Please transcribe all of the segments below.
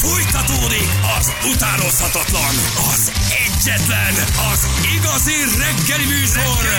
Fújtatódik az utánozhatatlan, az egyetlen, az igazi reggeli műsor,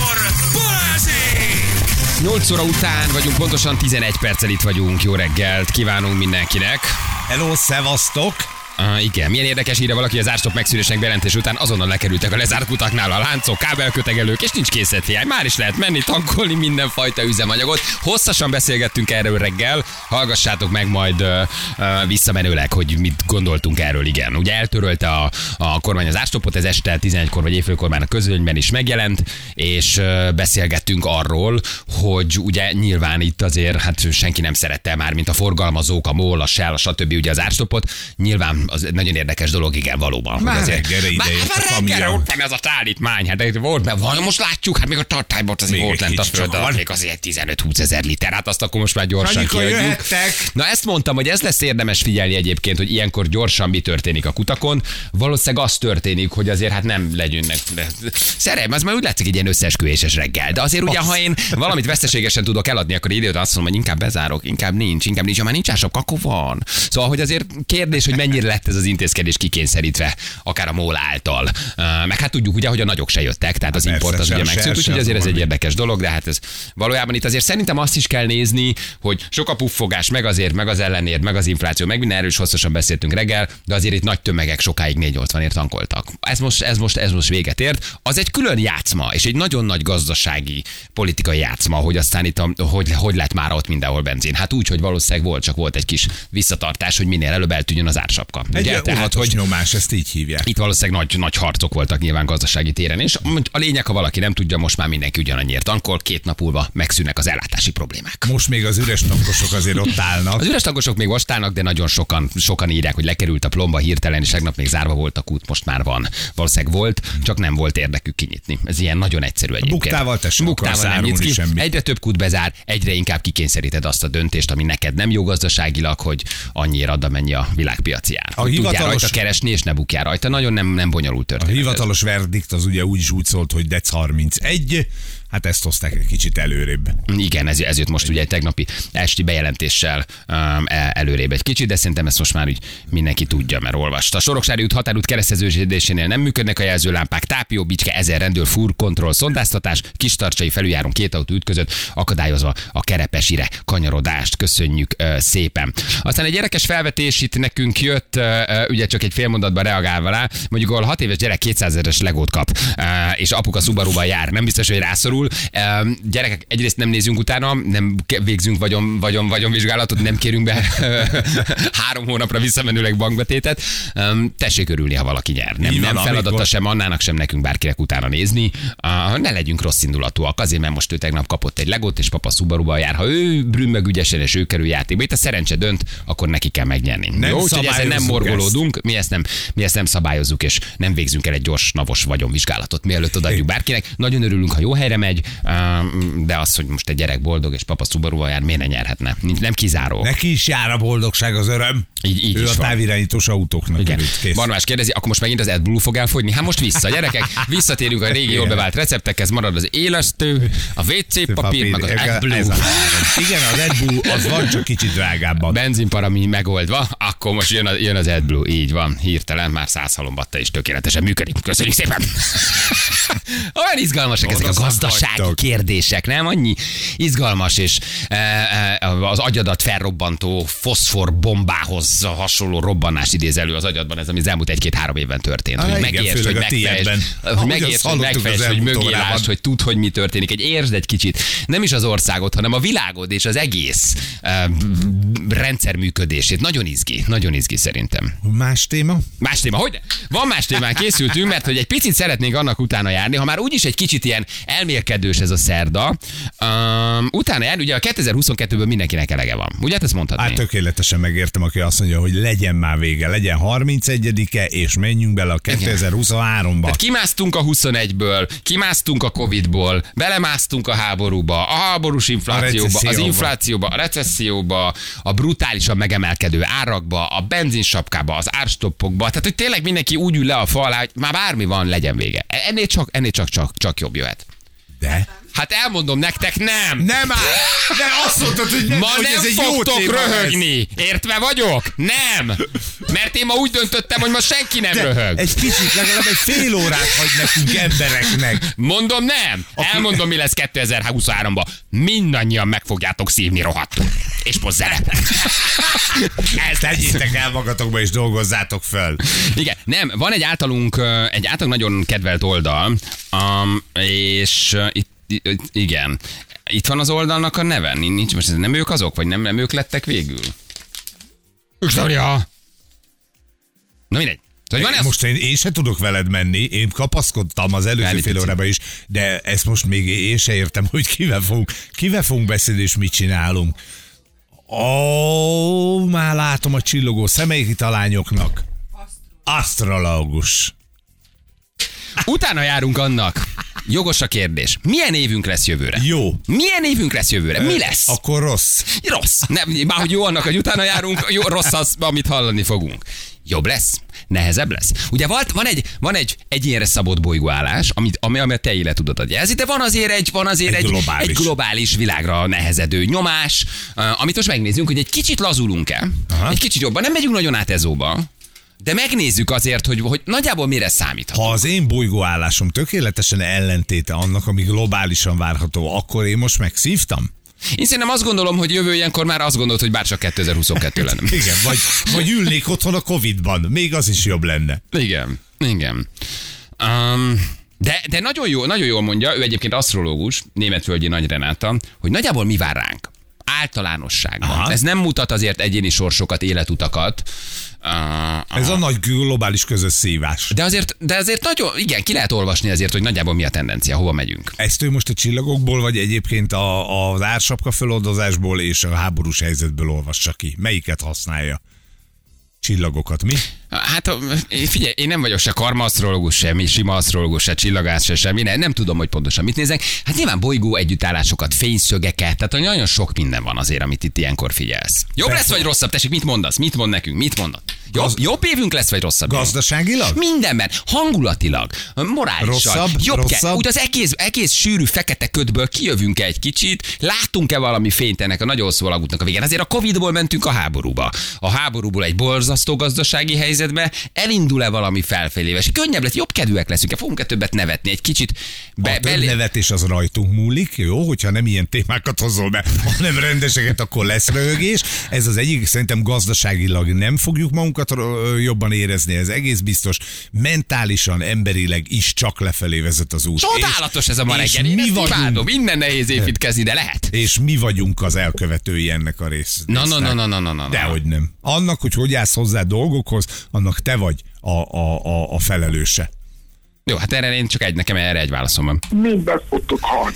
Balázsék! 8 óra után vagyunk, pontosan 11 perccel itt vagyunk. Jó reggelt kívánunk mindenkinek. Hello, szevasztok! Igen, milyen érdekes, írja valaki, az árstop megszűnésnek bejelentés után azonnal lekerültek a lezárt kutaknál a láncok, kábelkötegelők, és nincs készlethiány. Már is lehet menni, tankolni mindenfajta üzemanyagot. Hosszasan beszélgettünk erről reggel, hallgassátok meg majd visszamenőleg, hogy mit gondoltunk erről. Igen, ugye eltörölte a kormány az árstopot, ez este 11-kor vagy éjfélkor már a közönyben is megjelent, és beszélgettünk arról, hogy ugye nyilván itt azért hát senki nem szerette már, mint a forgalmazók, a MOL, a Shell, stb. Ugye az árstopot. Nyilván az egy nagyon érdekes dolog, igen, valóban. Már reggelre reggelre ott van ez a szállítmány, hát volt, most látjuk, hát még a tartálybort azért volt lent a földön, még azért 15-20 ezer liter, hát azt akkor most már gyorsan kiadjuk. Na ezt mondtam, hogy ez lesz érdemes figyelni egyébként, hogy ilyenkor gyorsan mi történik a kutakon. Valószínűleg az történik, hogy azért hát nem legyünk. Szerelem, az már úgy látszik egy ilyen összeesküvéses reggel, de azért ugye, ha én valamit veszteségesen tudok eladni, akkor időt azt mondom, hogy inkább bezárok, inkább nincs, ha már nincs ásap, akkor van. Szóval, hogy azért kérdés, hogy mennyire lett ez az intézkedés kikényszerítve, akár a MOL által. Meg hát tudjuk ugye, hogy a nagyok se jöttek, tehát az import az ugye megszűnt, úgyhogy azért ez egy érdekes dolog, de hát ez valójában itt azért szerintem azt is kell nézni, hogy sok a puffogás, meg azért, meg az ellenért, meg az infláció, meg minden, erről is hosszasan beszéltünk reggel, de azért itt nagy tömegek sokáig 480-ért tankoltak. Ez most véget ért. Az egy külön játszma, és egy nagyon nagy gazdasági, politikai játszma, hogy aztán itt hogy lett már ott mindenhol benzin. Hát úgy, hogy valószínűleg volt egy kis visszatartás, hogy minél előbb eltűnjön az ársapka. Egy óvatos nyomás, ezt így hívják. Itt valószínűleg nagy harcok voltak nyilván gazdasági téren, és a lényeg, ha valaki nem tudja, most már mindenki ugyanannyiért tankol, 2 nap múlva megszűnnek az ellátási problémák. Most még az üres tankosok azért ott állnak. Az üres tankosok még most állnak, de nagyon sokan írják, hogy lekerült a plomba hirtelen, és tegnap még zárva volt a kút, most már van. Valószínűleg volt, csak nem volt érdekük kinyitni. Ez ilyen nagyon egyszerű egyébként. Buktával nem nyitsz ki. Semmi. Egyre több kút bezár, egyre inkább kikényszeríted azt a döntést, ami neked nem jó gazdaságilag, hogy annyira ad, amennyi a világpiaci ár. Tudjál rajta keresni, és ne bukjál rajta. Nagyon nem bonyolult történet. A hivatalos verdikt az ugye úgy szólt, hogy dec 31. Hát ezt hozták egy kicsit előrébb. Igen, ez jött most ugye egy tegnapi esti bejelentéssel előrébb egy kicsit, de szerintem ezt most már úgy mindenki tudja, mert olvasta. A Soroksári út határút kereszteződésénél nem működnek a jelzőlámpák, Tápió, Bicske, 1000 rendőr, furkontroll, szondáztatás, Kistarcsai felüljáron 2 autó ütközött, akadályozva a Kerepesire kanyarodást. Köszönjük szépen. Aztán egy érdekes felvetés itt nekünk jött, ugye csak egy fél mondatban reagálva rá, mondjuk ahol 6 éves gyerek 200 000-es legót kap, és apuka Subaruban jár, nem biztos, hogy rászorul. Gyerekek, egyrészt nem nézünk utána, nem végzünk vagyonvizsgálatot, nem kérünk be 3 hónapra visszamenőleg bankbetétet. Tessék örülni, ha valaki nyer. Nem feladata sem Annának, sem nekünk bárkinek utána nézni. Ne legyünk rossz indulatúak, azért, mert most ő tegnap kapott egy legót, és papa Subaruban jár. Ha ő brümmög ügyesen, és ő kerül játékba, itt a szerencse dönt, akkor neki kell megnyerni. Jó, úgyhogy ezen nem morgolódunk, mi ezt nem szabályozzuk, és nem végzünk el egy gyors, navos vagyonvizsgálatot, mielőtt odaadjuk bárkinek. Nagyon örülünk, ha jó helyre megy, de az, hogy most egy gyerek boldog és papa Subaruval jár, miért ne nyerhetne? Nem kizáró. Neki is jár a boldogság, az öröm. Így ő is a távirányítós autóknak került. Barnabás kérdezi, akkor most megint az AdBlue fog elfogyni? Hát most vissza, gyerekek, visszatérünk a régi jól bevált receptekhez, marad az élesztő, a WC papír, meg az AdBlue. Igen, az AdBlue az van, csak kicsit drágábban. Benzinparami megoldva, akkor most jön az AdBlue, így van, hirtelen már 100 halombatta is tökéletesen működik. Köszönjük szépen! Olyan izgalmasak ezek a gazdasági kérdések, nem? Annyi izgalmas, és az agyadat felrobbantó foszforbombához hasonló robbanást idéz elő az agyadban, ez ami az elmúlt 1-2-3 évben történt. Hogy megértsd, hogy megfejtsd, hogy mögé lásd, hogy tudd, hogy mi történik. Értsd egy kicsit, nem is az országot, hanem a világod és az egész rendszer működését. Nagyon izgi szerintem. Más téma, hogy? Van más témán, készültünk, mert hogy egy picit szeretnénk annak utána járni, ha már úgyis egy kicsit ilyen elmélkedős ez a szerda. Utána járni, ugye a 2022-ből mindenkinek elege van. Ugye ezt mondhatni? Hát tökéletesen megértem, aki azt mondja, hogy legyen már vége, legyen 31-e, és menjünk bele a 2023-ba. Tehát kimásztunk a 21-ből, kimásztunk a Covid-ból, belemásztunk a háborúba, a háborús inflációba, az inflációba, a recesszióba, a brutálisan megemelkedő árakba, a benzinsapkába, az árstoppokba. Tehát, hogy tényleg mindenki úgy ül le a fal alá, hogy már bármi van, legyen vége. Ennél csak jobb jöhet. De? Hát elmondom nektek, nem. Nem áll! De azt mondtad, hogy nem, Ma hogy nem ez egy jó fogtok téma lesz. röhögni. Értve vagyok? Nem. Mert én ma úgy döntöttem, hogy ma senki nem röhög. Egy kicsit, legalább egy fél órát hagy nekünk embereknek. Mondom, nem. Elmondom, mi lesz 2023-ban. Mindannyian meg fogjátok szívni rohadtul. És most zene. Tegyétek el magatokba és dolgozzátok föl. Igen, nem, van egy általunk nagyon kedvelt oldal, és igen, itt van az oldalnak a neve, nincs most, nem ők azok, vagy nem ők lettek végül? Viktória! Na mindegy. Most én se tudok veled menni, én kapaszkodtam az előző fél órában is, de ezt most még én se értem, hogy kivel fogunk beszélni és mit csinálunk. Már látom a csillogó szemeik itt a lányoknak. Asztrológus. Utána járunk annak. Jogos a kérdés. Milyen évünk lesz jövőre? Jó. Milyen évünk lesz jövőre? Mi lesz? Akkor rossz. Rossz. Nem, bár hogy jó annak, hogy utána járunk, jó, rossz az, amit hallani fogunk. Jobb lesz? Nehezebb lesz? Ugye van egy egyénre szabott bolygóállás, ami a te életudatot jelzi, de van azért egy globális világra nehezedő nyomás, amit most megnézzünk, hogy egy kicsit lazulunk-e, egy kicsit jobban, nem megyünk nagyon át ezóba, de megnézzük azért, hogy nagyjából mire számíthat. Ha az én bolygóállásom tökéletesen ellentéte annak, ami globálisan várható, akkor én most megszívtam? Én szerintem azt gondolom, hogy jövő ilyenkor már azt gondolt, hogy bárcsak 2022 lenne. Igen, vagy ülnék otthon a Covid-ban. Még az is jobb lenne. Igen. De nagyon jól mondja, ő egyébként asztrológus, Németvölgyi Nagy Renáta, hogy nagyjából mi vár ránk. Általánosságban. Aha. Ez nem mutat azért egyéni sorsokat, életutakat. Ez a nagy globális közös szívás. De azért nagyon, igen, ki lehet olvasni azért, hogy nagyjából mi a tendencia, hova megyünk. Ezt ő most a csillagokból, vagy egyébként az ársapka feloldozásból és a háborús helyzetből olvassa ki? Melyiket használja? Csillagokat, mi? Hát figyelj, én nem vagyok se karmaasztrológus, sem sima asztrológus, se csillagász, se semmi, nem tudom, hogy pontosan mit nézek. Hát nyilván bolygó együttállásokat, fényszögeket, tehát nagyon sok minden van azért, amit itt ilyenkor figyelsz. Jobb lesz vagy rosszabb? Tessék, mit mondasz? Mit mond nekünk? Mit mondod? Jobb évünk lesz, vagy rosszabb? Gazdaságilag? Mindenben. Hangulatilag, morálisan. Rosszabb? Úgy az egész sűrű fekete ködből kijövünk egy kicsit, látunk-e valami fényt ennek a nagyon hosszú alagútnak a végén? Azért a Covidból mentünk a háborúba. A háborúból egy borzasztó gazdasági helyzetbe, elindul-e valami felfelé? És könnyebb lesz, jobb kedvűek leszünk, fogunk-e többet nevetni? Egy kicsit nevetés az rajtunk múlik, jó? Hogyha nem ilyen témákat hozol be, hanem rendeseket, akkor lesz röhögés. Ez az egyik, szerintem gazdaságilag nem fogjuk magunkat jobban érezni, ez egész biztos. Mentálisan, emberileg is csak lefelé vezet az út. Csodálatos ez a ma reggel. Én ezt imádom. Innen nehéz építkezni, de lehet. És mi vagyunk az elkövetői ennek a résznek. Na. Dehogy nem. Annak, hogy állsz hozzá dolgokhoz, annak te vagy a felelőse. Jó, hát erre nekem erre egy válaszom van. Mindent fogtok hallni.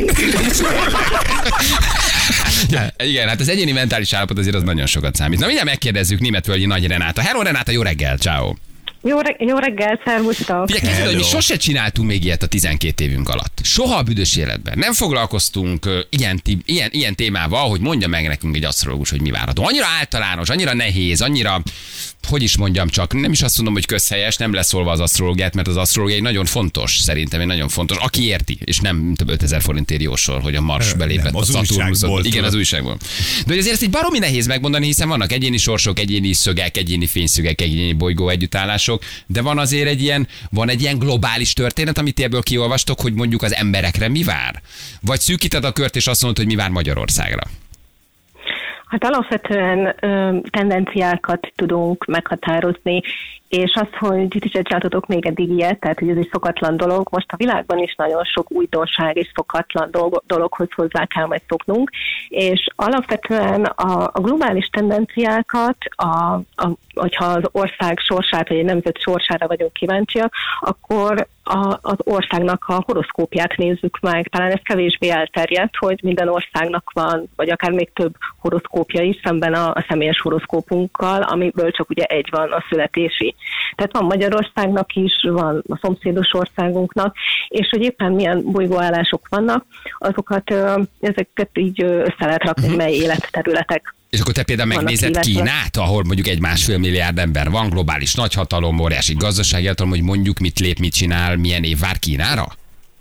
Igen, hát az egyéni mentális állapot azért az nagyon sokat számít. Na mindjárt megkérdezzük Németvölgyi Nagy Renáta. Hello Renáta, jó reggel, ciao. Jó reggel, szervusztok. Figyelj, hogy mi sose csináltunk még ilyet a 12 évünk alatt. Soha a büdös életben. Nem foglalkoztunk ilyen témával, hogy mondja meg nekünk egy asztrológus, hogy mi várható. Annyira általános, annyira nehéz, annyira, hogy is mondjam csak, nem is azt mondom, hogy közhelyes, nem leszólva az asztrológiát, mert az asztrológia egy nagyon fontos, szerintem egy nagyon fontos, aki érti, és nem több 5000 forintért jósor, hogy a Mars belépett a Saturnusot. Igen, az újságból. De hogy azért ezt egy baromi nehéz megmondani, hiszen vannak egyéni sorsok, egyéni szögek, egyéni fényszögek, egyéni bolygó együttállások, de van azért egy ilyen globális történet, amit ebből kiolvastok, hogy mondjuk az emberekre mi vár? Vagy szűkíted a kört, és azt mondod, hogy mi vár Magyarországra? Hát alapvetően tendenciákat tudunk meghatározni, és az, hogy ti sem csináltatok még eddig ilyet, tehát hogy ez egy szokatlan dolog, most a világban is nagyon sok újdonság és szokatlan dologhoz hozzá kell majd szoknunk, és alapvetően a globális tendenciákat, hogyha az ország sorsát, vagy egy nemzet sorsára vagyunk kíváncsiak, akkor az országnak a horoszkópját nézzük meg. Talán ez kevésbé elterjedt, hogy minden országnak van, vagy akár még több horoszkópja is szemben a személyes horoszkópunkkal, amiből csak ugye egy van, a születési. Tehát van Magyarországnak is, van a szomszédos országunknak, és hogy éppen milyen bolygóállások vannak, ezeket így össze lehet rakni, mely életterületek. És akkor te például megnézed Kínát, ahol mondjuk 1,5 milliárd ember van, globális nagyhatalom, óriási gazdasági hatalom, hogy mondjuk mit lép, mit csinál, milyen év vár Kínára?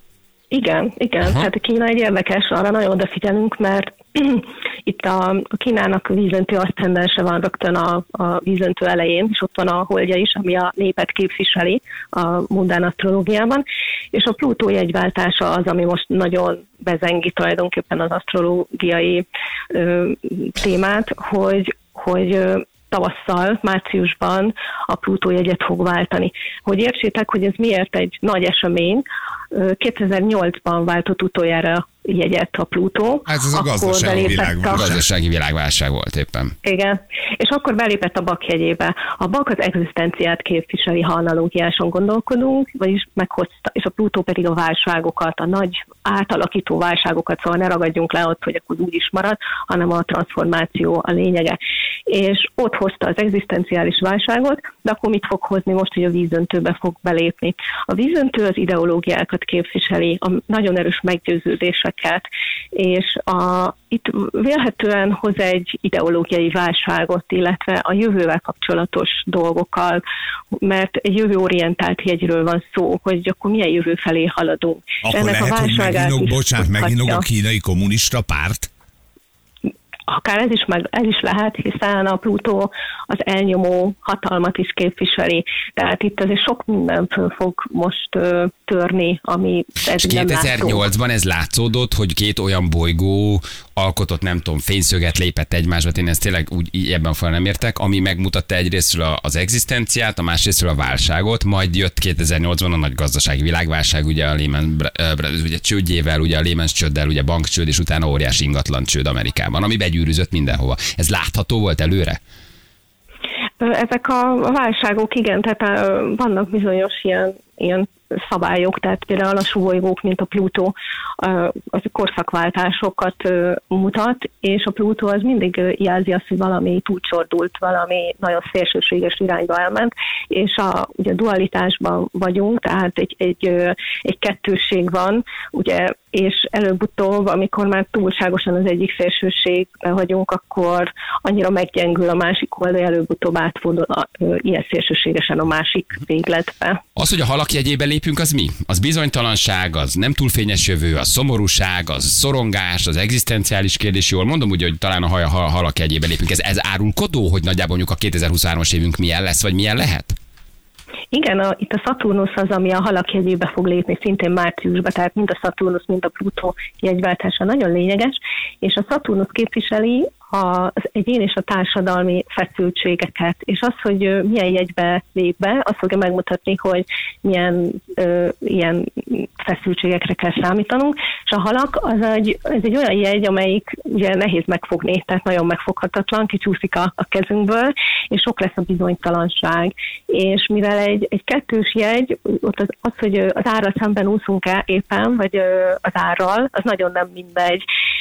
Igen. Tehát Kína egy érdekes, arra nagyon odafigyelünk, mert itt a Kínának vízöntő aszcendense van rögtön a vízöntő elején, és ott van a holdja is, ami a népet képviseli a mundán asztrológiában, és a Plutó jegyváltása az, ami most nagyon bezengi tulajdonképpen az asztrológiai témát, hogy tavasszal, márciusban a Plutó jegyet fog váltani. Hogy értsétek, hogy ez miért egy nagy esemény, 2008-ban váltott utoljára jegyet a Plutó. Ez az a gazdasági világválság volt éppen. Igen, és akkor belépett a Bak jegyébe. A Bak az egzisztenciát képviseli, ha analógiáson gondolkodunk, vagyis meghozta, és a Plutó pedig a válságokat, a nagy átalakító válságokat, szóval ne ragadjunk le ott, hogy akkor úgy is marad, hanem a transformáció a lényege. És ott hozta az egzisztenciális válságot, de akkor mit fog hozni most, hogy a vízöntőbe fog belépni? A vízöntő az ideológiákat képviseli, a nagyon erős meggyőződéseket, és itt vélhetően hoz egy ideológiai válságot, illetve a jövővel kapcsolatos dolgokkal, mert egy jövőorientált jegyről van szó, hogy akkor milyen jövő felé haladunk. Akkor ennek lehet, a válságát hogy meginog a kínai kommunista párt? Akár ez is lehet, hiszen a Plutó az elnyomó hatalmat is képviseli. Tehát itt azért sok minden föl fog most törni, ami ez és 2008-ban ez látszódott, hogy két olyan bolygó alkotott, nem tudom, fényszöget lépett egymásba, én ezt tényleg úgy ebben fel nem értek, ami megmutatta egyrésztről az egzisztenciát, a másrésztről a válságot, majd jött 2008-ban a nagy gazdasági világválság, ugye a Lehman ugye csődjével, ugye a Lehman csőddel, ugye bankcsőd, és utána óriási ingatlan csőd Amerikában, ami begyűrűzött mindenhova. Ez látható volt előre? Ezek a válságok, igen, tehát vannak bizonyos ilyen szabályok, tehát például a súlybolygók, mint a Plutó, az korszakváltásokat mutat, és a Plutó az mindig jelzi azt, hogy valami túlcsordult, valami nagyon szélsőséges irányba elment, és ugye dualitásban vagyunk, tehát egy kettősség van, ugye, és előbb-utóbb, amikor már túlságosan az egyik szélsőségben vagyunk, akkor annyira meggyengül a másik oldal, előbb-utóbb átfordul ilyen szélsőségesen a másik végletbe. Az, hogy a halak jegyébe lépünk, az mi? Az bizonytalanság, az nem túl fényes jövő, az szomorúság, az szorongás, az egzisztenciális kérdés, jól mondom, ugye, hogy talán a halak jegyébe lépünk. Ez árulkodó, hogy nagyjából mondjuk a 2023-as évünk milyen lesz, vagy milyen lehet? Igen, itt a Szaturnusz az, ami a halak jegyébe fog lépni szintén márciusban, tehát mind a Szaturnusz, mind a Plutó jegyváltása nagyon lényeges, és a Szaturnusz képviseli az egyén és a társadalmi feszültségeket, és az, hogy milyen jegybe lép be, azt fogja megmutatni, hogy milyen ilyen feszültségekre kell számítanunk, és a halak ez egy olyan jegy, amelyik ugye nehéz megfogni, tehát nagyon megfoghatatlan, kicsúszik a kezünkből, és sok lesz a bizonytalanság. És mivel egy kettős jegy, ott az, hogy az árral szemben úszunk-e éppen, vagy az árral, az nagyon nem mindegy.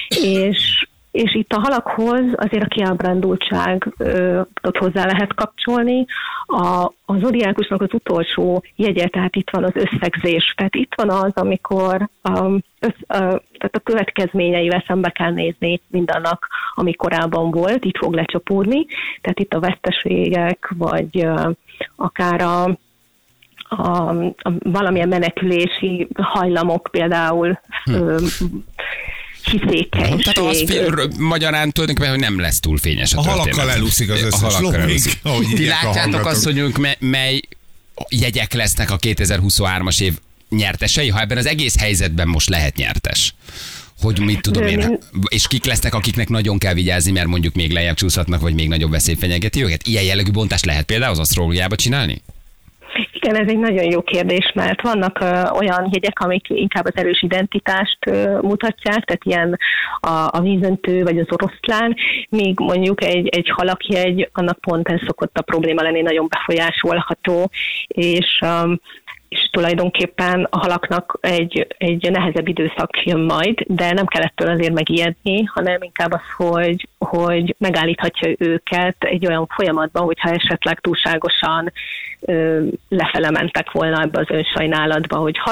És itt a halakhoz azért a kiábrándultságot hozzá lehet kapcsolni. A zodiákusnak az utolsó jegye, tehát itt van az összegzés. Tehát itt van az, amikor tehát a következményeivel szembe kell nézni mindannak, ami korábban volt, itt fog lecsapódni. Tehát itt a veszteségek, vagy akár a valamilyen menekülési hajlamok például hiszékenység. Tehát az magyarán tulajdonképpen, hogy nem lesz túl fényes a történet. Halakkal elúszik az összes lóvig. Ti látjátok azt, hogy mely jegyek lesznek a 2023-as év nyertesei, ha ebben az egész helyzetben most lehet nyertes? Hogy mit tudom én, és kik lesznek, akiknek nagyon kell vigyázni, mert mondjuk még lejjebb csúszhatnak, vagy még nagyobb veszély fenyegeti őket? Ilyen jellegű bontást lehet például az asztrológiába csinálni? Igen, ez egy nagyon jó kérdés, mert vannak olyan jegyek, amik inkább az erős identitást mutatják, tehát ilyen a vízöntő vagy az oroszlán, míg mondjuk egy halakjegy, annak pont ez szokott a probléma lenni, nagyon befolyásolható, és tulajdonképpen a halaknak egy nehezebb időszak jön majd, de nem kell ettől azért megijedni, hanem inkább az, hogy megállíthatja őket egy olyan folyamatban, hogyha esetleg túlságosan lefele mentek volna ebbe az önsajnálatba, hogy haló,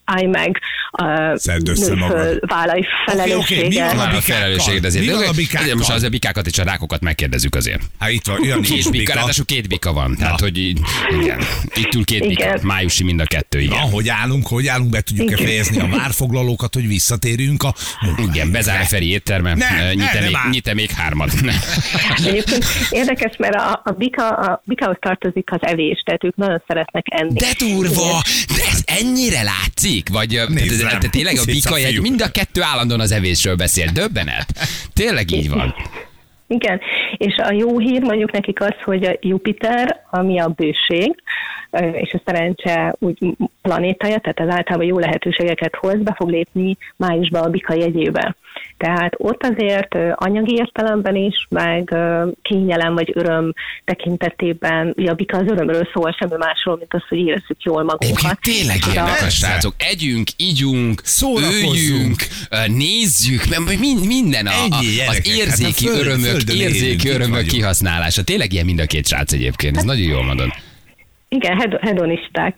állj meg, Szedd össze magad. vállalj felelősséget. Mi van A felelősséged azért. Mi van a bikákkal? Most az a bikákat és a rákokat megkérdezzük azért. Hát itt van, olyan Két bika, ráadásul 2 bika van. Tehát, hogy igen. Itt ül 2 bika, Igen. májusi mind a 2, igen. Na, hogy állunk, be tudjuk-e Igen. fejezni a várfoglalókat, hogy visszatérünk a Igen, bezár a Feri étterme, nyit-e még 3. Egyébként érdekes, mert a bikához tartozik az evés, tehát ők nagyon szeretnek enni. De durva! De ez ennyire látszik? Vagy Nézd rám, te tényleg a szép bika fiú. mind a 2 állandóan az evésről beszél. Döbbenet. Tényleg így van. Igen, és a jó hír mondjuk nekik az, hogy a Jupiter, ami a bőség, és a szerencse úgy planétája, tehát az általában jó lehetőségeket hoz, be fog lépni májusban a bika jegyébe. Tehát ott azért anyagi értelemben is, meg kényelem vagy öröm tekintetében, ugye a bika az örömről szól, semmi másról, mint az, hogy érezzük jól magunkat. Tényleg ilyenek a srácok. Együnk, ígyunk, Szórakozzunk. öljünk, nézzük, mert minden Ennyi, az gyerekek, érzéki hát a örömök, földön élünk, itt örömök vagyunk. kihasználása. Tényleg ilyen mind a 2 srác egyébként. Ez nagyon jól mondod. Igen, hedonisták.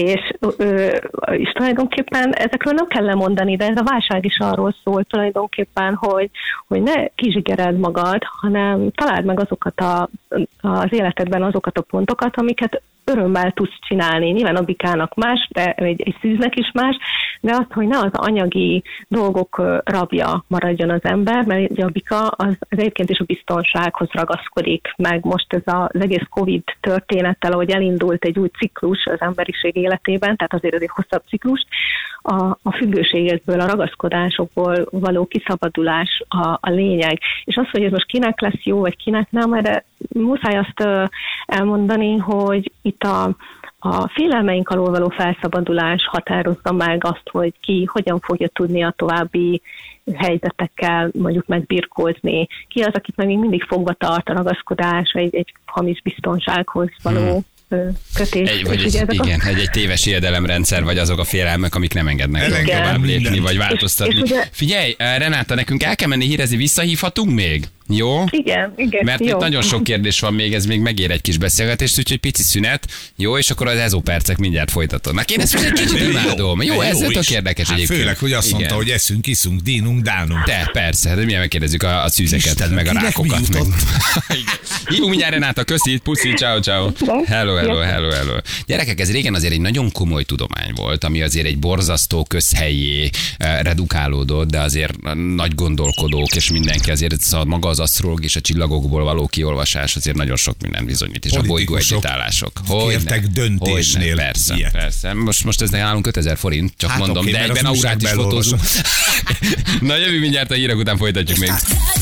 És tulajdonképpen ezekről nem kell lemondani, de ez a válság is arról szól tulajdonképpen, hogy ne kizsigered magad, hanem találd meg azokat az életedben azokat a pontokat, amiket örömmel tudsz csinálni. Nyilván a bikának más, de egy szűznek is más, de az, hogy ne az anyagi dolgok rabja maradjon az ember, mert ugye a bika az egyébként is a biztonsághoz ragaszkodik, meg most ez az egész Covid történettel, ahogy elindult egy új ciklus az emberiség életében, tehát azért ez egy hosszabb ciklus, a függőségekből, a ragaszkodásokból való kiszabadulás a lényeg. És az, hogy ez most kinek lesz jó, vagy kinek nem, de muszáj azt elmondani, hogy itt a félelmeink alól való felszabadulás határozza meg azt, hogy ki hogyan fogja tudni a további helyzetekkel mondjuk megbirkózni. Ki az, akit meg még mindig fogva tart a ragaszkodás, egy hamis biztonsághoz való kötés. Egy téves iedelemrendszer, vagy azok a félelmek, amik nem engednek tovább lépni, mindent. vagy változtatni. Figyelj, Renáta, nekünk el kell menni hírezni, visszahívhatunk még? Jó? Igen, Mert jó. itt nagyon sok kérdés van még, ez még megér egy kis beszélgetést, úgyhogy pici szünet, jó, és akkor az ezópercek mindjárt folytatodnak. Én ezt most egy kicsit imádom. Jó, ez tök érdekes hát egyébként. főleg, hogy azt mondta, Igen. hogy eszünk, iszunk, dínunk, dánunk. De persze, de milyen megkérdezzük a szűzeket, Istenem, meg a kinek rákokat. mi Meg... jutott? Hívunk mindjárt Renáta, köszi, puszi, ciao, ciao. Hello. Gyerekek, ez régen azért egy nagyon komoly tudomány volt, ami azért egy borzasztó közhelyé redukálódott, de azért nagy gondolkodók, és mindenki azért maga az asztrológ és a csillagokból való kiolvasás azért nagyon sok minden bizonyít, és a bolygó együttállások. Kértek döntésnél Persze, ilyet. persze. Most ez nálunk 5000 forint, csak Hát mondom, oké, de mert egyben az aurát is újságban fotózunk. Na jövő mindjárt a hírek után folytatjuk még.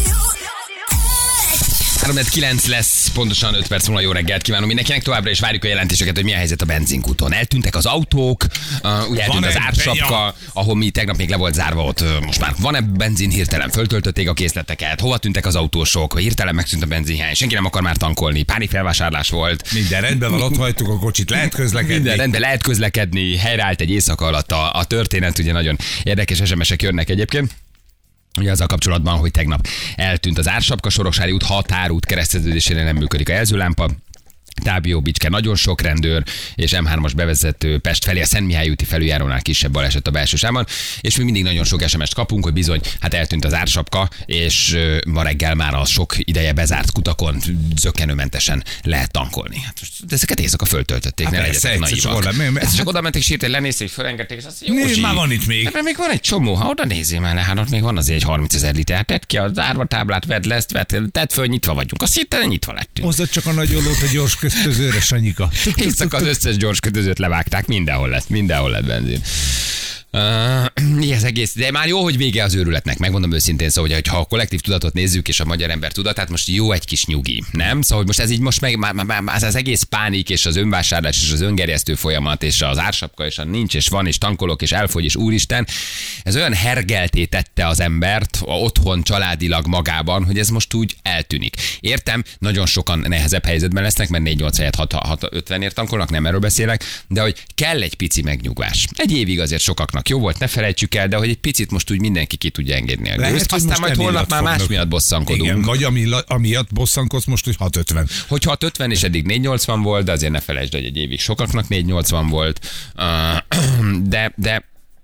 3:09 lesz, pontosan 5 perc múlva. Jó reggelt kívánom mindenkinek. Továbbra is várjuk a jelentéseket, hogy milyen helyzet a benzinkúton. Eltűntek az autók, ugye eltűnt az ársapka, ahol mi tegnap még le volt zárva, ott most már van-e benzin, hirtelen föltöltötték a készleteket, hova tűntek az autósok, hirtelen megszűnt a benzinhány, senki nem akar már tankolni, pánik felvásárlás volt. Minden rendben van, ott hagytuk a kocsit, lehet közlekedni. Minden rendben, lehet közlekedni, helyreállt egy éjszaka alatt a történet, ugye nagyon érdekes SMS-ek jönnek egyébként. Ugye azzal kapcsolatban, hogy tegnap eltűnt az ársapka, Soroksári út határút kereszteződésére nem működik a jelzőlámpa. Tábió, Bicske, nagyon sok rendőr, és M3-as bevezető Pest felé a Szent Mihály úti felüljárónál kisebb baleset a belső sávban, és mi mindig nagyon sok SMS-t kapunk, hogy bizony, hát eltűnt az ársapka, és ma reggel már a sok ideje bezárt kutakon zökkenőmentesen lehet tankolni. Hát, de ezeket éjszaka föltöltötték, Hát ne persze, legyetek egyszer csak naivak. oda- Ez csak oda mentek, sírták, lenézték, és felengedték, és azt mondja, Nézd, Józsi, már van itt még. Hát, még van egy csomó, ha oda nézzél már le, hát ott még van azért egy 30 000 liter. Tedd ki az árvatáblát, vedd le ezt, tedd föl, nyitva vagyunk. Azt hittem, nyitva lettünk. Hozzad csak a nagy ollót a gyors köztözőre, Sanyika. Éjszaka az összes gyors kötözőt levágták, mindenhol lett benzin. Mi az egész? De már jó, hogy vége az őrületnek, megmondom őszintén, szóval, hogy ha a kollektív tudatot nézzük, és a magyar ember tudatát, most jó egy kis nyugi, nem? Szóval, hogy most ez így most meg már az egész pánik, és az önvásárlás, és az öngerjesztő folyamat, és az ársapka, és a nincs, és van, és tankolok, és elfogy, és úristen, ez olyan hergelté tette az embert otthon, családilag magában, hogy ez most úgy eltűnik. Értem, nagyon sokan nehezebb helyzetben lesznek, mert 4-8 helyett 6-50-ért tankolnak, nem erről beszélek, de hogy kell egy pici megnyugvás. Egy évig azért sokaknak jó volt, ne felejtsük el, de hogy egy picit most úgy mindenki ki tudja engedni a gőzt. Aztán majd holnap már más miatt bosszankodunk. Igen, vagy amiatt bosszankodsz most, hogy 650. Hogy 650 és eddig 480 volt, de azért ne felejtsd, hogy egy évig sokaknak 480 volt. De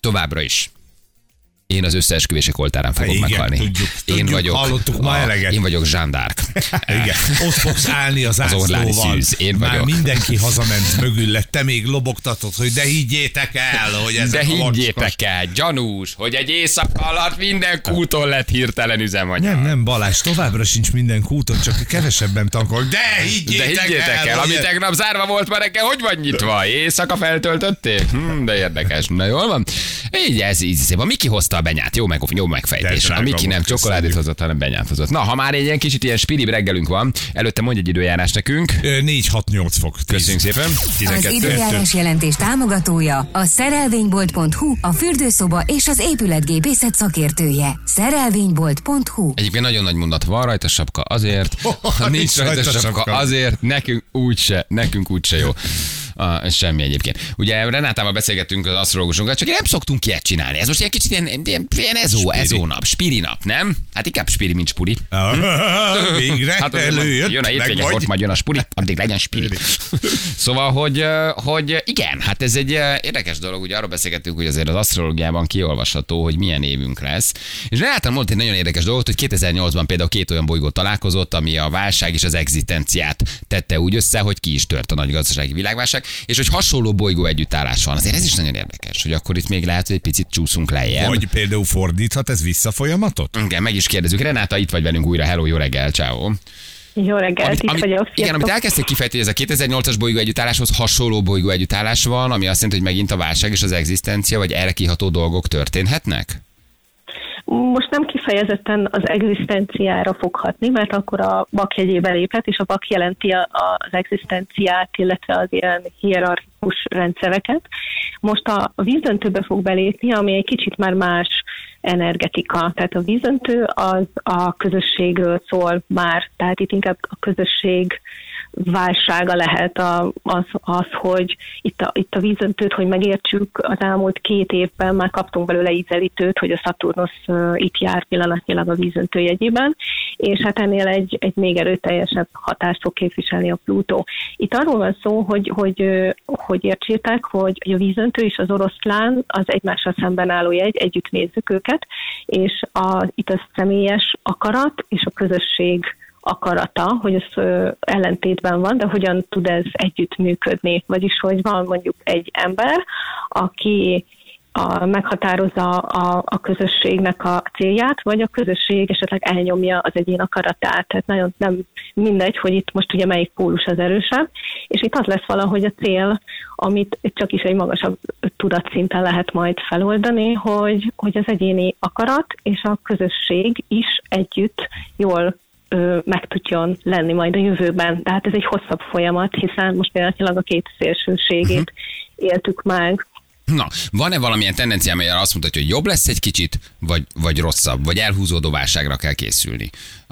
Továbbra is. Én az összeesküvések oltárán fogok Igen, meghalni. tudjuk, hallottuk ma eleget. Én vagyok Jeanne d'Arc. Igen, ott fogsz állni az orláni ászlóval. szűz. Én Már vagyok. mindenki hazament mögülled, te még lobogtatod, hogy de higgyétek el, hogy ez De higgyétek el, gyanús, hogy egy éjszaka alatt minden kúton lett hirtelen üzemanyag. Nem, Balázs, továbbra sincs minden kúton, csak kevesebben tankol. De higgyétek el, ami hogy tegnap zárva volt ma reggel, hogy van nyitva? Éjszaka feltöltötték? De érdekes. Na jól van. Így ez így szép. A Miki hozta a benyát, jó megfejtés. De A Miki drága nem volt, csokoládét hozott, hanem benyát hozott. Na, ha már egy ilyen kicsit ilyen spiribb reggelünk van, előtte mondj egy időjárás nekünk. 4-6-8 fok. 10. Köszönjük szépen. Az 12. időjárás jelentés támogatója a szerelvénybolt.hu, a fürdőszoba és az épületgépészet szakértője. Szerelvénybolt.hu. Egyébként nagyon nagy mondat, van rajta sapka azért, ha nincs rajta sapka azért, nekünk úgyse jó. Semmi egyébként. Ugye Renátával beszélgettünk az asztrológusunkkal, csak nem szoktunk ilyet csinálni. Ez most ilyen kicsit ilyen ezó nap, spiri nap, nem? Hát inkább spiri, mint spuri. Végre Hát előjött. jön a hétvége, ott majd jön a spuri, addig legyen spiri. Szóval, hogy igen, hát ez egy érdekes dolog, ugye arról beszélgettünk, hogy azért az asztrológiában kiolvasható, hogy milyen évünk lesz. És Renátán mondta egy nagyon érdekes dolgot, hogy 2008-ban például 2 olyan bolygó találkozott, ami a válság és az egzisztenciát tette úgy össze, hogy ki is tört a nagy gazdasági világválság, és hogy hasonló bolygó együttállás van. Azért ez is nagyon érdekes, hogy akkor itt még lehet, hogy egy picit csúszunk lejjebb. Vagy például fordíthat ez visszafolyamatot? Igen, meg is kérdezzük. Renáta, itt vagy velünk újra. Hello, jó reggel, ciao. Jó reggelt, itt vagyok. Igen, amit elkezdték kifejteni, hogy ez a 2008-as bolygó együttálláshoz hasonló bolygó együttállás van, ami azt jelenti, hogy megint a válság és az egzisztencia, vagy erre kiható dolgok történhetnek? Most nem kifejezetten az egzisztenciára fog hatni, mert akkor a vak jegyébe lépett, és a vak jelenti az egzisztenciát, illetve az ilyen hierarchikus rendszereket. Most a vízdöntőbe fog belépni, ami egy kicsit már más energetika. Tehát a vízdöntő az a közösségről szól már, tehát itt inkább a közösség válsága lehet az, hogy itt a vízöntőt, hogy megértsük, az elmúlt 2 évben már kaptunk belőle ízelítőt, hogy a Szaturnusz itt jár pillanatnyilag a vízöntő jegyében, és hát ennél egy még erőteljesebb hatást fog képviselni a Plutó. Itt arról van szó, hogy értsétek, hogy a vízöntő és az oroszlán az egymással szemben álló jegy, együtt nézzük őket, és itt a személyes akarat és a közösség akarata, hogy ez ellentétben van, de hogyan tud ez együtt működni. Vagyis, hogy van mondjuk egy ember, aki meghatározza a közösségnek a célját, vagy a közösség esetleg elnyomja az egyén akaratát. Tehát nagyon nem mindegy, hogy itt most ugye melyik pólus az erősebb, és itt az lesz valahogy a cél, amit csak is egy magasabb tudatszinten lehet majd feloldani, hogy az egyéni akarat és a közösség is együtt jól meg tudjon lenni majd a jövőben. Tehát ez egy hosszabb folyamat, hiszen most pillanatnyilag a 2 szélsőségét éltük meg. Na, van-e valamilyen tendencia, amely azt mutatja, hogy jobb lesz egy kicsit, vagy rosszabb, vagy elhúzódó válságra kell készülni?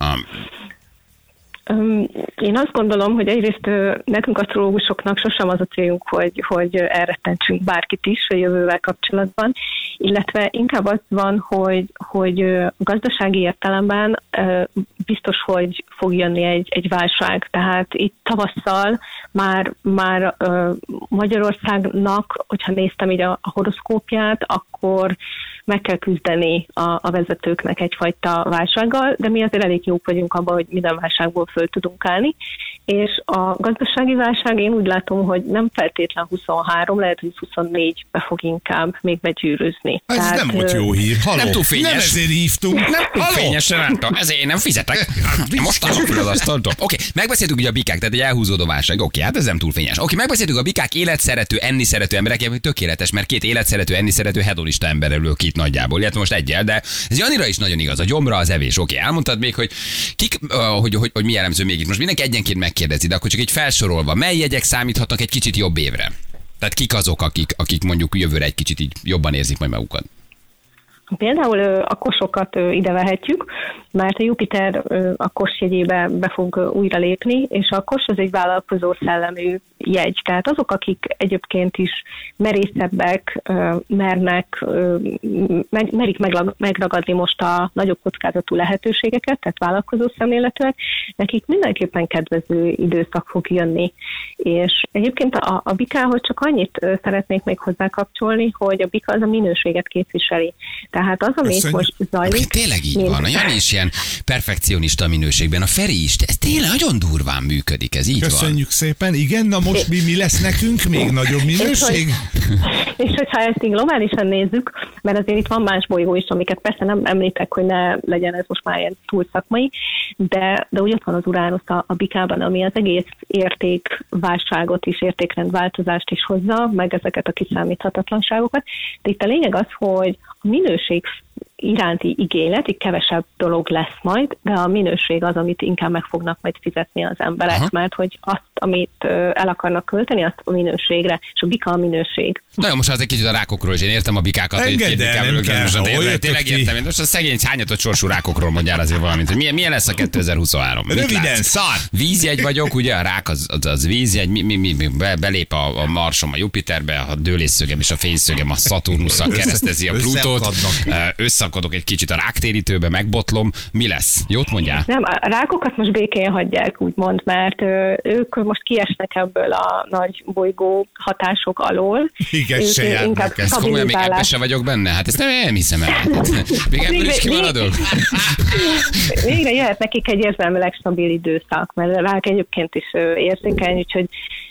Én azt gondolom, hogy egyrészt nekünk asztrológusoknak sosem az a célunk, hogy elrettentsünk bárkit is a jövővel kapcsolatban, illetve inkább az van, hogy gazdasági értelemben biztos, hogy fog jönni egy válság. Tehát itt tavasszal már Magyarországnak, hogyha néztem így a horoszkópját, akkor meg kell küzdeni a vezetőknek egyfajta válsággal, de mi azért elég jók vagyunk abban, hogy minden válságból föl tudunk állni. És a gazdasági válság én úgy látom, hogy nem feltétlen 23, lehet, hogy 24-be fog inkább még begyűrűzni. Ez tehát, nem volt jó hír. Halló. Nem túl fényes. Nem ezért hívtunk. Nem túl fényes, Renata. Ezért én nem fizetek. Én most állok fel az asztaltól. Oké, megbeszéltük ugye a bikák, tehát egy elhúzódó válság. Oké, hát ez nem túl fényes. Oké, megbeszéltük a bikák életszerető, enni szerető emberek, hogy tökéletes, mert 2 életszerető, enni szerető, hedonista ember elől ki nagyjából, illetve most egyel, de ez Janira is nagyon igaz, a gyomra, az evés. Oké, elmondtad még, hogy hogy mi jellemző még itt. Most mindenki egyenként megkérdezi, de akkor csak egy felsorolva, mely jegyek számíthatnak egy kicsit jobb évre? Tehát kik azok, akik mondjuk jövőre egy kicsit így jobban érzik majd magukat? Például a kosokat ide vehetjük, mert a Jupiter a kos jegyébe be fog újra lépni, és a kos az egy vállalkozó szellemű jegy. Tehát azok, akik egyébként is merészebbek, merik megragadni most a nagyobb kockázatú lehetőségeket, tehát vállalkozó szemléletűek, nekik mindenképpen kedvező időszak fog jönni. És egyébként a bikához csak annyit szeretnék még hozzá kapcsolni, hogy a bika az a minőséget képviseli. Tehát az, amit most zajlik... Tényleg így van. A Jani is ilyen perfekcionista minőségben, a Feri is, ez tényleg nagyon durván működik, ez így Köszönjük szépen. Igen, na most mi lesz nekünk? Még nagyobb minőség? És hogyha ezt így globálisan nézzük, mert azért itt van más bolygó is, amiket persze nem említek, hogy ne legyen ez most már ilyen túl szakmai, de úgy ott van az Uránusz a bikában, ami az egész értékválságot is, értékrendváltozást is hozza, meg ezeket a kiszámíthatatlanságokat. De itt a lényeg az, hogy a minőség iránti igénylet, így kevesebb dolog lesz majd, de a minőség az, amit inkább meg fognak majd fizetni az emberek, mert hogy azt, amit el akarnak költeni, azt a minőségre, és a bika a minőség. Na jó, most az egy kicsit a rákokról is, én értem a bikákat, hogy Engedd el, nem kell. Tényleg értem, most a szegény hányatott sorsú rákokról mondjál azért valamit, hogy milyen lesz a 2023. Röviden, szar! Vízjegy vagyok, ugye a rák az vízjegy, belép a Marsom a Jupiterbe, a dőlésszögem és a fényszögem a Szaturnusszal keresztezi a Plutót, összeakadok egy kicsit a ráktérítőbe, megbotlom, mi lesz? Jót mondjál? Nem, a rákokat most békén hagyják, úgymond, mert ők most kiesnek ebből a nagy bolygó hatások alól. Igen, se járnak ezt. Komolyan még ebbe se vagyok benne? Hát ezt nem hiszem el. Még ebből is kimaradok? Végre jöhet nekik egy érzelmileg stabil időszak, mert a rák egyébként is érzékeny, úgyhogy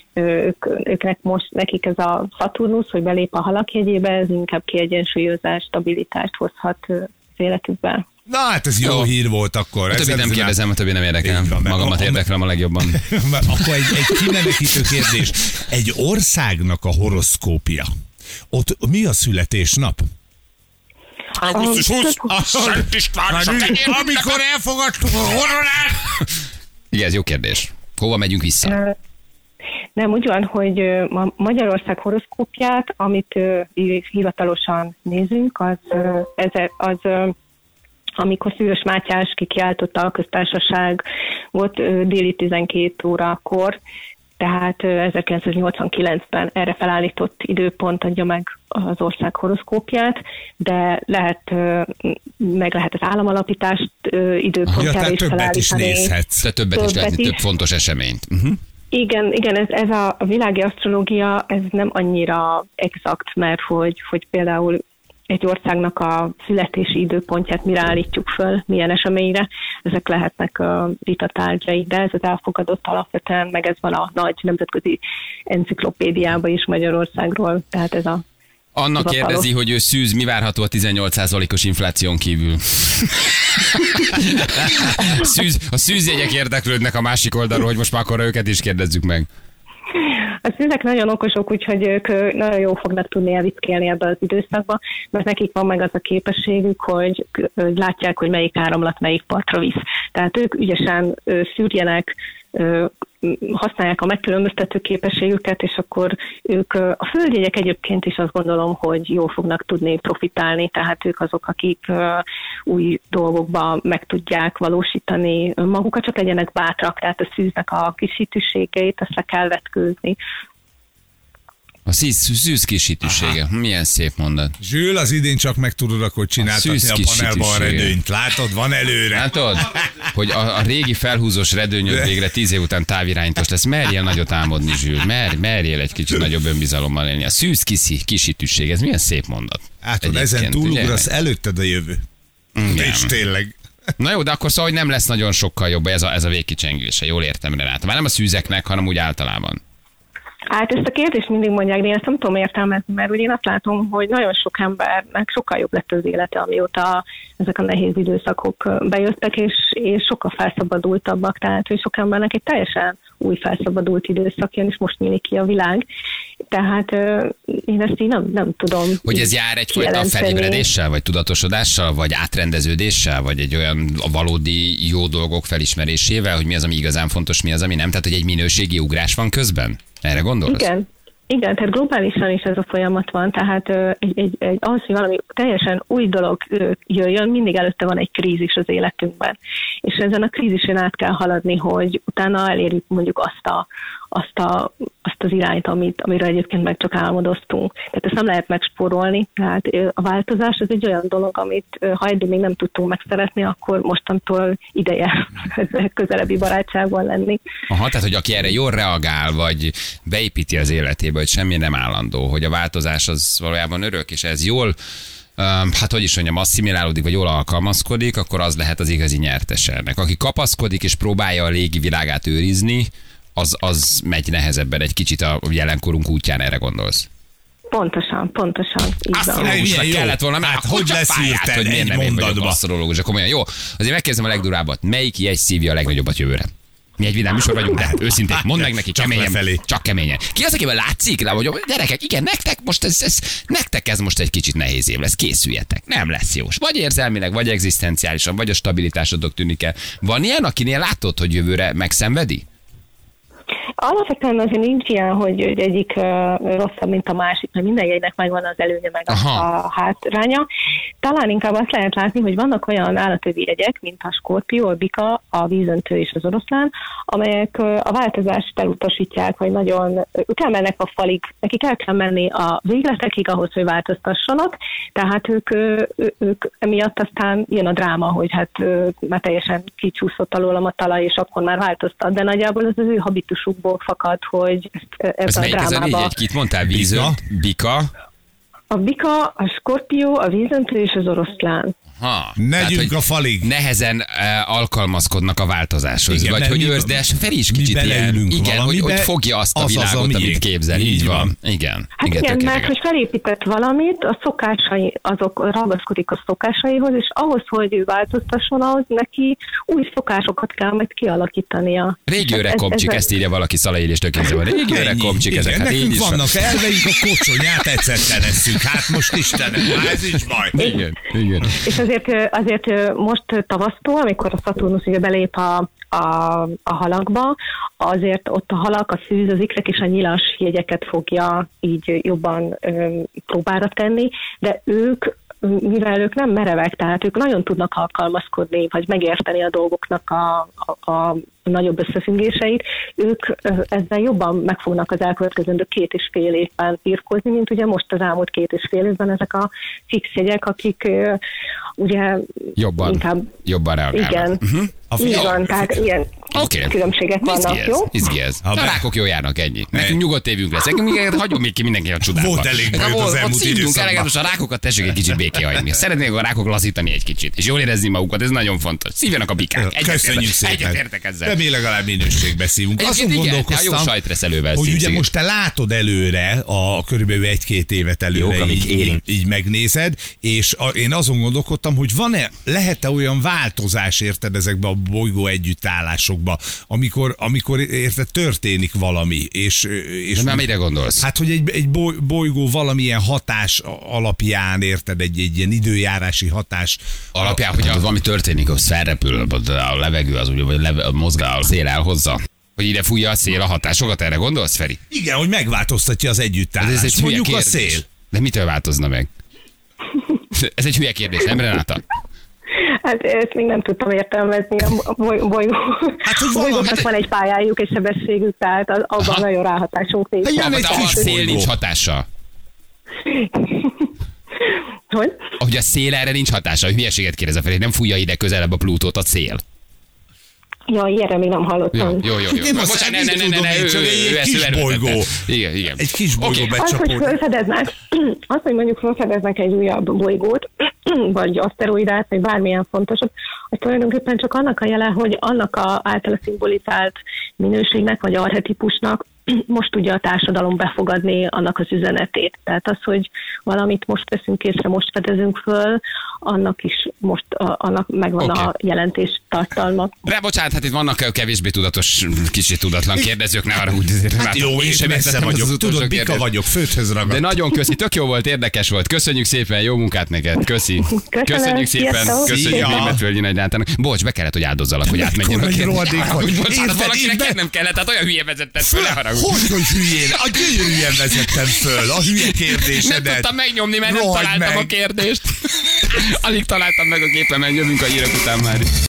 nekik ez a Szaturnusz, hogy belép a halak jegyébe, ez inkább kiegyensúlyozást, stabilitást hozhat az életükben. Na hát ez jó hír volt akkor. A többit nem kérdezem, a többi nem érdekel. Magamat érdeklem a legjobban. Akkor egy kimenekítő kérdés. Egy országnak a horoszkópja. Ott mi a születésnap? Augusztus 20. Szent István és a kenyér. Amikor elfogadtuk a koronát. Igen, ez jó kérdés. Hova megyünk vissza? Nem, úgy van, hogy a Magyarország horoszkópját, amit hivatalosan nézünk, az amikor Szűrös Mátyás kikiáltotta a köztársaság, volt déli 12 órakor, tehát 1989-ben erre felállított időpont adja meg az ország horoszkópját, de meg lehet az államalapítást időpontjára is felállítani. Is nézhetsz. De többet is lehetni, több fontos eseményt. Igen, ez a világi asztrológia, ez nem annyira exakt, mert hogy például egy országnak a születési időpontját mire állítjuk föl, milyen eseményre, ezek lehetnek a vitatárgyai, de ez az elfogadott alapvetően, meg ez van a nagy nemzetközi enciklopédiában is Magyarországról, tehát ez a Anna kérdezi, hogy ő szűz, mi várható a 18%-os infláción kívül? A szűzjegyek érdeklődnek a másik oldalról, hogy most már akkor őket is kérdezzük meg. A szűzek nagyon okosok, úgyhogy ők nagyon jól fognak tudni elvickélni ebbe az időszakba, mert nekik van meg az a képességük, hogy látják, hogy melyik áramlat melyik partra visz. Tehát ők ügyesen szűrjenek, használják a megkülönböztető képességüket, és akkor ők, a földjegyek egyébként is azt gondolom, hogy jól fognak tudni profitálni, tehát ők azok, akik új dolgokba meg tudják valósítani magukat, csak legyenek bátrak, tehát a szűznek a kisítőségeit, azt le kell vetkőzni. A szűz kisítősége. Milyen szép mondat. Zsül, az idén csak meg tudod akkor csináltatni a panelban a redőnyt. Látod, van előre. Látod, hogy a régi felhúzós redőnyöd végre 10 év után távirányítós lesz. Merjél nagyot álmodni, Zsül. Merjél egy kicsit nagyobb önbizalommal élni. A szűz kisítőség, ez milyen szép mondat. Hát, ezen túlugrasz, előtted a jövő. És tényleg. Na jó, de akkor szóval, hogy nem lesz nagyon sokkal jobb ez a végkicsengése. Jól értem, Renáta. Már nem a szűzeknek, hanem úgy általában. Hát ezt a kérdést mindig mondják, de én ezt nem tudom értelmezni, mert ugye én azt látom, hogy nagyon sok embernek sokkal jobb lett az élete, amióta ezek a nehéz időszakok bejöttek, és sokkal felszabadultabbak, tehát hogy sok embernek egy teljesen új felszabadult időszak jön, és most nyílik ki a világ. Tehát én ezt így nem tudom. Hogy ez jár egyfajta felébredéssel, vagy tudatosodással, vagy átrendeződéssel, vagy egy olyan valódi jó dolgok felismerésével, hogy mi az, ami igazán fontos, mi az, ami nem? Tehát, hogy egy minőségi ugrás van közben? Erre gondolsz? Igen, tehát globálisan is ez a folyamat van, tehát az, hogy valami teljesen új dolog jöjjön, mindig előtte van egy krízis az életünkben. És ezen a krízisen át kell haladni, hogy utána elérjük mondjuk azt azt az irányt, amiről egyébként meg csak álmodoztunk. Tehát ezt nem lehet megspórolni. Tehát a változás az egy olyan dolog, amit ha eddig még nem tudtunk megszeretni, akkor mostantól ideje közelebbi barátságban lenni. Aha, tehát hogy aki erre jól reagál, vagy beépíti az életébe, hogy semmi nem állandó, hogy a változás az valójában örök, és ez jól hát hogy is mondjam, asszimilálódik, vagy jól alkalmazkodik, akkor az lehet az igazi nyertes ennek. Aki kapaszkodik és próbálja a légi világát őrizni, az megy nehezebben egy kicsit a jelenkorunk útján, erre gondolsz? Pontosan. Így van. Asztrológusnak kellett volna, mert hát, hogy leszűrted hogy miért egy nem én vagyok mondatba? asztrológus, de komolyan. Jó, azért megkérdezem a legdurábbat. Melyik jegy szívja a legnagyobbat jövőre? Mi egy vidám műsor vagyunk, de őszintén, mondd meg neki, csak keményen. Ki az, akivel látszik? Hogy gyerekek, igen, nektek most nektek ez most egy kicsit nehéz év lesz, készüljetek. Nem lesz jó. Vagy érzelmileg, vagy egzisztenciálisan, vagy a stabilitásodok tűnik el. Van ilyen, akinél látod, hogy jövőre megszenvedi? Alapvetően azért nincs ilyen, hogy egyik rosszabb, mint a másik, mert minden jegynek megvan az előnye, meg a hátránya. Talán inkább azt lehet látni, hogy vannak olyan állatövi jegyek, mint a skorpió, a bika, a vízöntő és az oroszlán, amelyek a változást elutasítják, vagy nagyon ők elmennek a falig, nekik el kell menni a végletekig ahhoz, hogy változtassanak, tehát ők emiatt aztán jön a dráma, hogy hát már teljesen kicsúszott alólam a talaj, és akkor már változtat, de nagyjából ez az ő habitusukból fakad, hogy ez a drámába... Ez a kit mondtál? Vízönt, bika? A bika, a skorpió, a vízöntő és az oroszlán. Megyünk a falig. Nehezen alkalmazkodnak a változáshoz. Igen, vagy hogy őrz, de Feri is kicsit ilyen. Igen, hogy fogja azt a világot, amit képzel. Így van. Igen. Hát igen, mert hogy felépített valamit, a szokásai, azok ragaszkodik a szokásaihoz, és ahhoz, hogy ő változtasson, ahhoz neki új szokásokat kell majd kialakítania. Régi öreg komcsik, ezt írja valaki, Szalai és tökézem. Régi öreg komcsik ezek. Hát nekünk vannak elveink, a kocsonyát egyszer tenesszük. Hát most Istenem, ez is baj. Igen. És azért most tavasztól, amikor a Szaturnusz ugye belép a halakba, azért ott a halak, a szűz, az ikrek és a nyilas jegyeket fogja így jobban próbára tenni, de mivel ők nem merevek, tehát ők nagyon tudnak alkalmazkodni, vagy megérteni a dolgoknak a nagyobb összefüggéseit, ők ezzel jobban meg fognak az elkövetkezendő 2,5 évben birkózni, mint ugye most az elmúlt 2,5 évben ezek a fix jegyek, akik ugye jobban reagálnak. Igen. Így van, tehát ilyen különbségek vannak, jó? Izgi ez. A rákok jól járnak, ennyi. Nekünk nyugodt évünk lesz. Hagyom még ki mindenki a csodába. Volt elég bajod az elmúlt időszakban. Most a rákokat tessék egy kicsit béké hagyni. Szeretnék a rákok lazítani egy kicsit, és jól érezni magukat, ez nagyon fontos. Szívjanak a bikák. Köszönjük szépen. Egyetértek ezzel. De mi legalább minőségbe szívunk. Azon gondolkoztam, jó sajtreszelővel hogy ugye most te látod előre, a körülbelül 1-2 évet előre így megnézed, és én azon gondolkodtam, hogy lehet-e olyan változás, érted, ezekbe a bolygó együttállásokba, amikor érted, történik valami. És de már mire gondolsz? Hát, hogy egy bolygó valamilyen hatás alapján, érted, egy ilyen időjárási hatás alapján, hogy valami történik, az felrepül, a levegő az ugye, vagy mozgál, a szél elhozza. Hogy ide fújja a szél a hatásokat, erre gondolsz, Feri? Igen, hogy megváltoztatja az együttállást. Ez mondjuk a szél. De mitől változna meg? Ez egy hülye kérdés, nem, Renáta? Hát ezt még nem tudtam értelmezni, a bolygó. Bolygóknak van egy pályájuk és sebességük, tehát abban nagyon ráhatásunk nincs. A szél nincs hatással. Hogy? Hogy a szél erre nincs hatása, hogy hülyeséget kérdez a Feri, nem fújja ide közelebb a Plutót a szél. Jaj, erre még nem hallottam. Jó. Nem, azt nem tudom, csak egy kis bolygó. Igen. Egy kis bolygó becsapód. Az, hogy mondjuk felfedeznek egy újabb bolygót, vagy aszteroidát, vagy bármilyen fontosabb, az tulajdonképpen csak annak a jele, hogy annak a általa szimbolizált minőségnek, vagy archetipusnak most tudja a társadalom befogadni annak az üzenetét. Tehát az, hogy valamit most veszünk észre, most fedezünk föl, annak is most annak megvan a jelentés tartalma. Bocsánat, hát itt vannak kevésbé tudatos, kicsit tudatlan kérdezők, ne arra úgy. Hát jó, én sem messze vagyok, tudod, bika vagyok, földhöz ragad. De nagyon köszi, tök jó volt, érdekes volt. Köszönjük szépen, jó munkát neked, köszi. Köszönjük szépen, köszönjük Németh-Völgyi Nagydátának. Bocs, be kellett, hogy áldozzalak, hogy átmenjen a kérdés. Bocsánat, valakinek nem kellett, hát olyan hülye vezetted föl, ne haragudj. Hogy hülyén? A gyönyörűen vezettem föl a hülye kérdésedet. Nem tudtam megnyomni, mert nem találtam a kérdést. Alig találtam meg a gépemen, jövünk a hírek után már.